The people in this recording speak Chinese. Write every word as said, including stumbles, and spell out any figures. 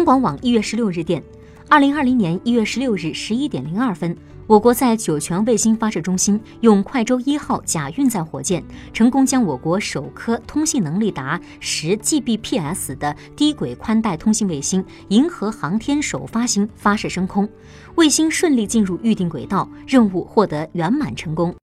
广网一月十六日电，二零二零年一月十六日十一点零二分，我国在酒泉卫星发射中心用快舟一号甲运载火箭，成功将我国首颗通信能力达十 G B P S 的低轨宽带通信卫星银河航天首发星发射升空，卫星顺利进入预定轨道，任务获得圆满成功。